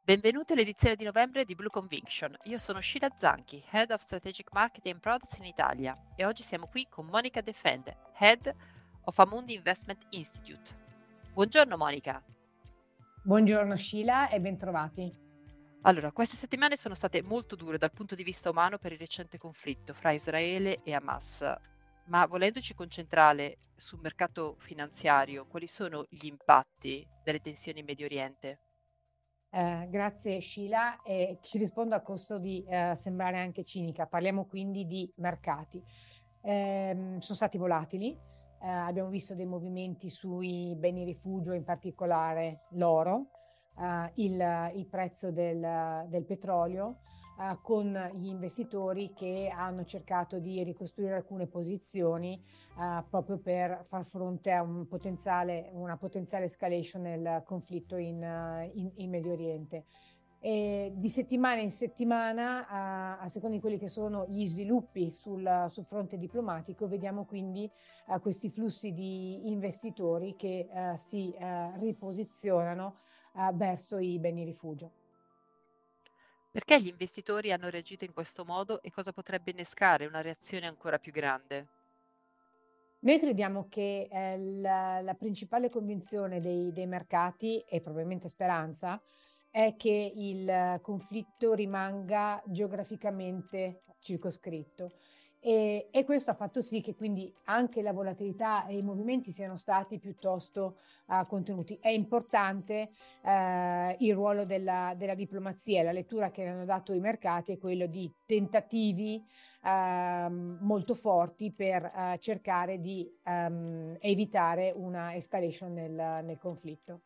Benvenuti all'edizione di novembre di Blue Conviction. Io sono Sheila Zanchi, Head of Strategic Marketing and Products in Italia e oggi siamo qui con Monica Defende, Head of Amundi Investment Institute. Buongiorno Monica. Buongiorno Sheila e bentrovati. Allora, queste settimane sono state molto dure dal punto di vista umano per il recente conflitto fra Israele e Hamas, ma volendoci concentrare sul mercato finanziario, quali sono gli impatti delle tensioni in Medio Oriente? Grazie Sheila e ti rispondo a costo di sembrare anche cinica. Parliamo quindi di mercati. Sono stati volatili, abbiamo visto dei movimenti sui beni rifugio, in particolare l'oro, il prezzo del petrolio, con gli investitori che hanno cercato di ricostruire alcune posizioni proprio per far fronte a una potenziale escalation nel conflitto in Medio Oriente. E di settimana in settimana, a seconda di quelli che sono gli sviluppi sul fronte diplomatico, vediamo quindi questi flussi di investitori che si riposizionano verso i beni rifugio. Perché gli investitori hanno reagito in questo modo e cosa potrebbe innescare una reazione ancora più grande? Noi crediamo che la principale convinzione dei mercati, e probabilmente speranza, è che il conflitto rimanga geograficamente circoscritto. E questo ha fatto sì che quindi anche la volatilità e i movimenti siano stati piuttosto contenuti. È importante il ruolo della diplomazia. La lettura che hanno dato i mercati è quello di tentativi molto forti per cercare di evitare una escalation nel conflitto.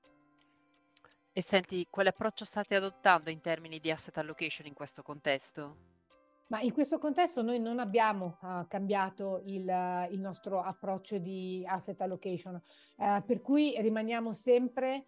E senti, quale approccio state adottando in termini di asset allocation in questo contesto? Ma in questo contesto noi non abbiamo cambiato il nostro approccio di asset allocation, per cui rimaniamo sempre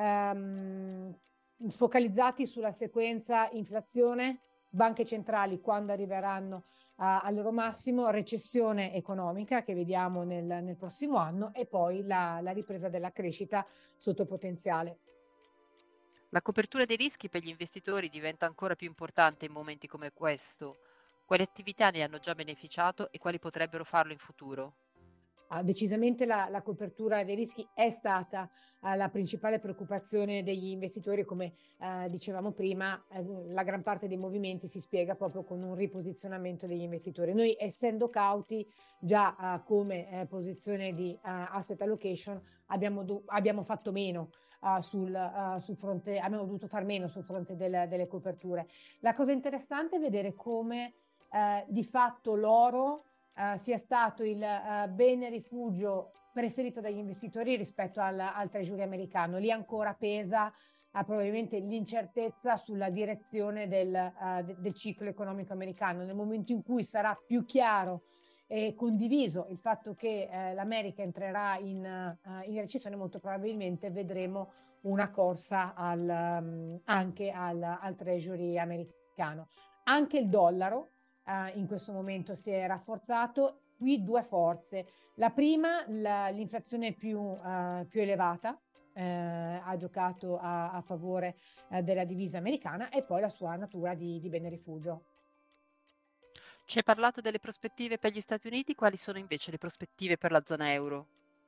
focalizzati sulla sequenza inflazione, banche centrali quando arriveranno al loro massimo, recessione economica che vediamo nel prossimo anno e poi la ripresa della crescita sotto potenziale. La copertura dei rischi per gli investitori diventa ancora più importante in momenti come questo. Quali attività ne hanno già beneficiato e quali potrebbero farlo in futuro? Decisamente la copertura dei rischi è stata la principale preoccupazione degli investitori, come dicevamo prima, la gran parte dei movimenti si spiega proprio con un riposizionamento degli investitori. Noi, essendo cauti già come posizione di asset allocation, abbiamo fatto meno sul fronte, abbiamo dovuto far meno sul fronte delle coperture. La cosa interessante è vedere come di fatto l'oro sia stato il bene rifugio preferito dagli investitori rispetto al treasury americano. Lì ancora pesa probabilmente l'incertezza sulla direzione del ciclo economico americano. Nel momento in cui sarà più chiaro e condiviso il fatto che l'America entrerà in recessione, molto probabilmente vedremo una corsa anche al treasury americano. Anche il dollaro in questo momento si è rafforzato. Qui due forze. La prima, l'inflazione più elevata, ha giocato a favore della divisa americana e poi la sua natura di bene rifugio. Ci hai parlato delle prospettive per gli Stati Uniti, quali sono invece le prospettive per la zona euro?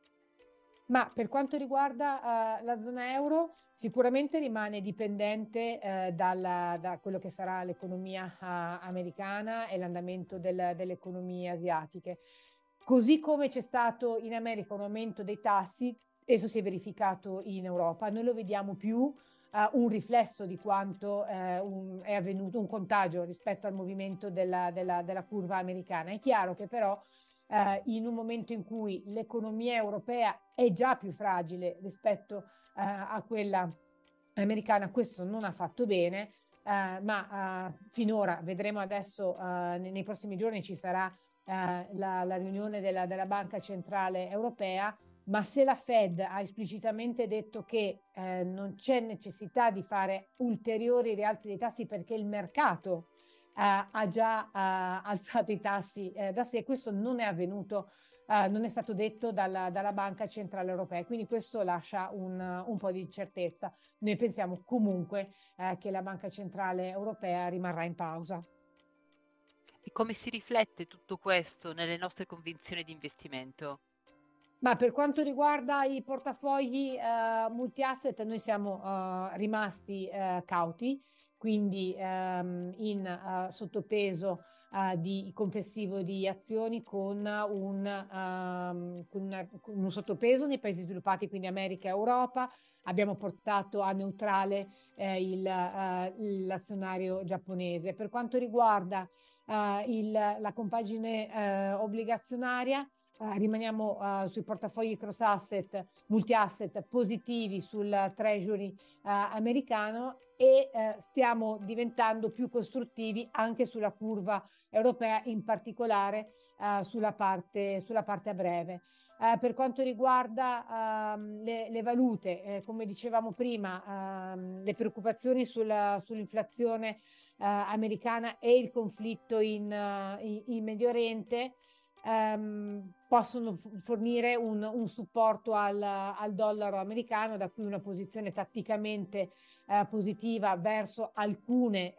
Ma per quanto riguarda la zona euro, sicuramente rimane dipendente da quello che sarà l'economia americana e l'andamento delle economie asiatiche. Così come c'è stato in America un aumento dei tassi, esso si è verificato in Europa. Noi lo vediamo più un riflesso di quanto è avvenuto, un contagio rispetto al movimento della curva americana. È chiaro che però in un momento in cui l'economia europea è già più fragile rispetto a quella americana, questo non ha fatto bene, ma finora vedremo adesso nei prossimi giorni ci sarà la riunione della Banca Centrale Europea, ma se la Fed ha esplicitamente detto che non c'è necessità di fare ulteriori rialzi dei tassi perché il mercato ha già alzato i tassi da sé. Questo non è avvenuto, non è stato detto dalla Banca Centrale Europea, quindi questo lascia un po' di incertezza. Noi pensiamo comunque che la Banca Centrale Europea rimarrà in pausa. E come si riflette tutto questo nelle nostre convinzioni di investimento? Ma per quanto riguarda i portafogli multi-asset, noi siamo rimasti cauti, quindi in sottopeso di complessivo di azioni con un sottopeso nei paesi sviluppati, quindi America e Europa. Abbiamo portato a neutrale l'azionario giapponese. Per quanto riguarda la compagine obbligazionaria, rimaniamo sui portafogli cross asset, multi asset positivi sul treasury americano e stiamo diventando più costruttivi anche sulla curva europea, in particolare sulla parte a breve. Per quanto riguarda le valute, come dicevamo prima, le preoccupazioni sull'inflazione americana e il conflitto in Medio Oriente possono fornire un supporto al dollaro americano, da cui una posizione tatticamente positiva verso alcune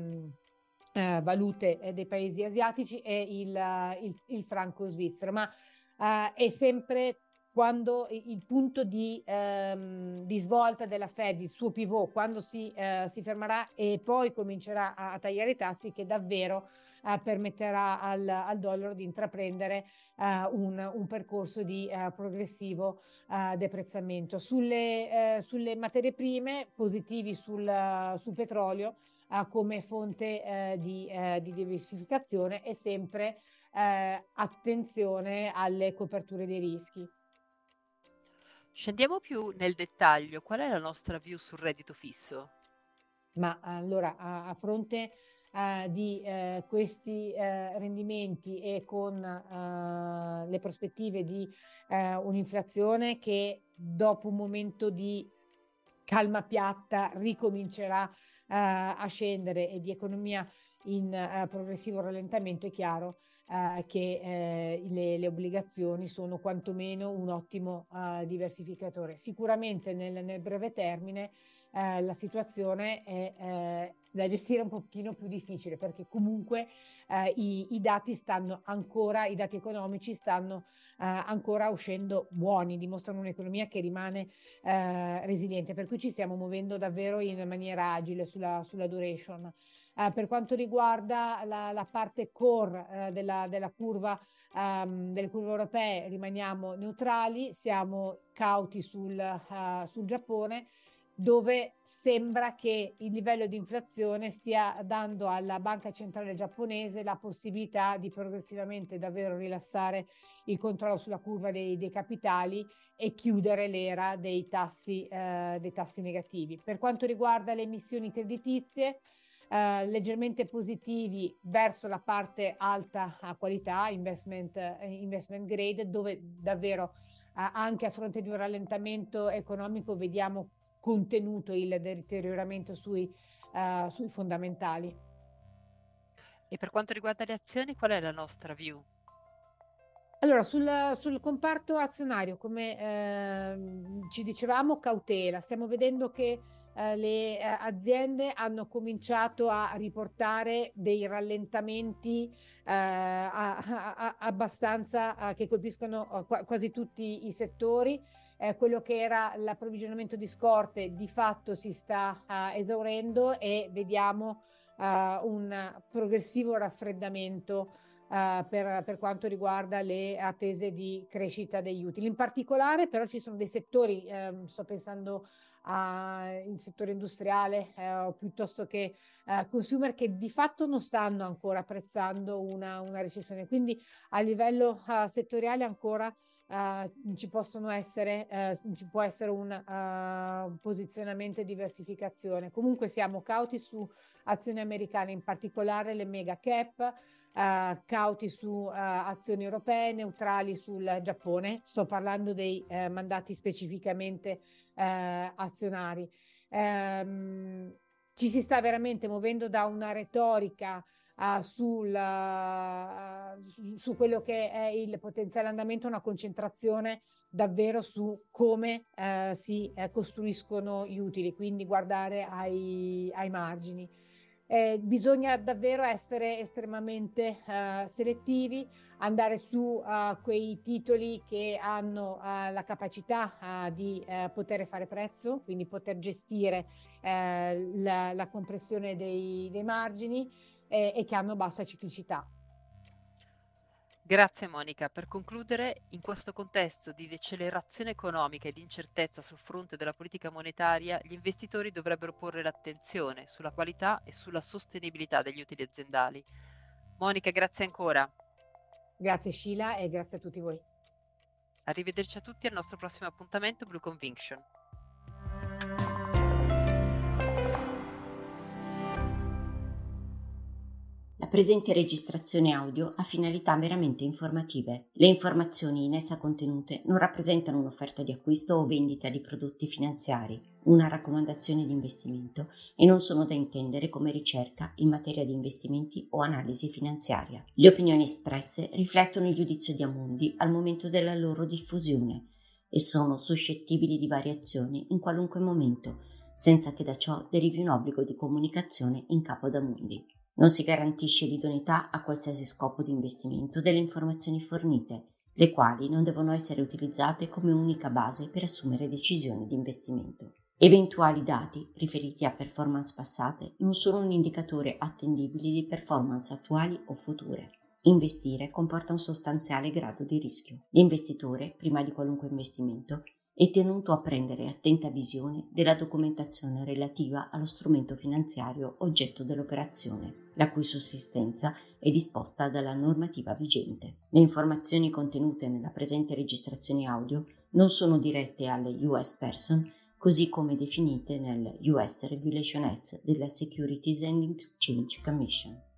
valute dei paesi asiatici e il franco svizzero, ma è sempre quando il punto di svolta della Fed, il suo pivot, quando si fermerà e poi comincerà a tagliare i tassi, che davvero permetterà al dollaro di intraprendere un percorso di progressivo deprezzamento. Sulle materie prime, positivi sul petrolio come fonte di diversificazione, e sempre attenzione alle coperture dei rischi. Scendiamo più nel dettaglio, qual è la nostra view sul reddito fisso? Ma allora, a fronte di questi rendimenti e con le prospettive di un'inflazione che dopo un momento di calma piatta ricomincerà a scendere, e di economia in progressivo rallentamento, è chiaro che le obbligazioni sono quantomeno un ottimo diversificatore. Sicuramente nel breve termine la situazione è da gestire un pochino più difficile, perché comunque i dati economici stanno ancora uscendo buoni, dimostrano un'economia che rimane resiliente, per cui ci stiamo muovendo davvero in maniera agile sulla duration. Per quanto riguarda la parte core delle curve europee, rimaniamo neutrali, siamo cauti sul Giappone, dove sembra che il livello di inflazione stia dando alla Banca Centrale giapponese la possibilità di progressivamente davvero rilassare il controllo sulla curva dei capitali e chiudere l'era dei tassi negativi. Per quanto riguarda le emissioni creditizie, leggermente positivi verso la parte alta a qualità, investment grade, dove davvero anche a fronte di un rallentamento economico vediamo contenuto il deterioramento sui fondamentali. E per quanto riguarda le azioni, qual è la nostra view? Allora, sul comparto azionario, come ci dicevamo, cautela. Stiamo vedendo che le aziende hanno cominciato a riportare dei rallentamenti abbastanza che colpiscono quasi tutti i settori. Quello che era l'approvvigionamento di scorte di fatto si sta esaurendo, e vediamo un progressivo raffreddamento per quanto riguarda le attese di crescita degli utili. In particolare però ci sono dei settori, sto pensando al settore industriale piuttosto che consumer, che di fatto non stanno ancora apprezzando una recessione, quindi a livello settoriale ancora ci può essere un posizionamento e diversificazione. Comunque siamo cauti su azioni americane, in particolare le mega cap, cauti su azioni europee, neutrali sul Giappone. Sto parlando dei mandati specificamente azionari. Ci si sta veramente muovendo da una retorica su quello che è il potenziale andamento, una concentrazione davvero su come si costruiscono gli utili, quindi guardare ai margini. Bisogna davvero essere estremamente selettivi, andare su quei titoli che hanno la capacità di poter fare prezzo, quindi poter gestire la compressione dei margini e che hanno bassa ciclicità. Grazie Monica. Per concludere, in questo contesto di decelerazione economica e di incertezza sul fronte della politica monetaria, gli investitori dovrebbero porre l'attenzione sulla qualità e sulla sostenibilità degli utili aziendali. Monica, grazie ancora. Grazie Sheila e grazie a tutti voi. Arrivederci a tutti al nostro prossimo appuntamento Blue Conviction. La presente registrazione audio ha finalità meramente informative. Le informazioni in essa contenute non rappresentano un'offerta di acquisto o vendita di prodotti finanziari, una raccomandazione di investimento e non sono da intendere come ricerca in materia di investimenti o analisi finanziaria. Le opinioni espresse riflettono il giudizio di Amundi al momento della loro diffusione e sono suscettibili di variazioni in qualunque momento, senza che da ciò derivi un obbligo di comunicazione in capo ad Amundi. Non si garantisce l'idoneità a qualsiasi scopo di investimento delle informazioni fornite, le quali non devono essere utilizzate come unica base per assumere decisioni di investimento. Eventuali dati riferiti a performance passate non sono un indicatore attendibile di performance attuali o future. Investire comporta un sostanziale grado di rischio. L'investitore, prima di qualunque investimento, è tenuto a prendere attenta visione della documentazione relativa allo strumento finanziario oggetto dell'operazione, la cui sussistenza è disposta dalla normativa vigente. Le informazioni contenute nella presente registrazione audio non sono dirette alle US Person, così come definite nel US Regulation Act della Securities and Exchange Commission.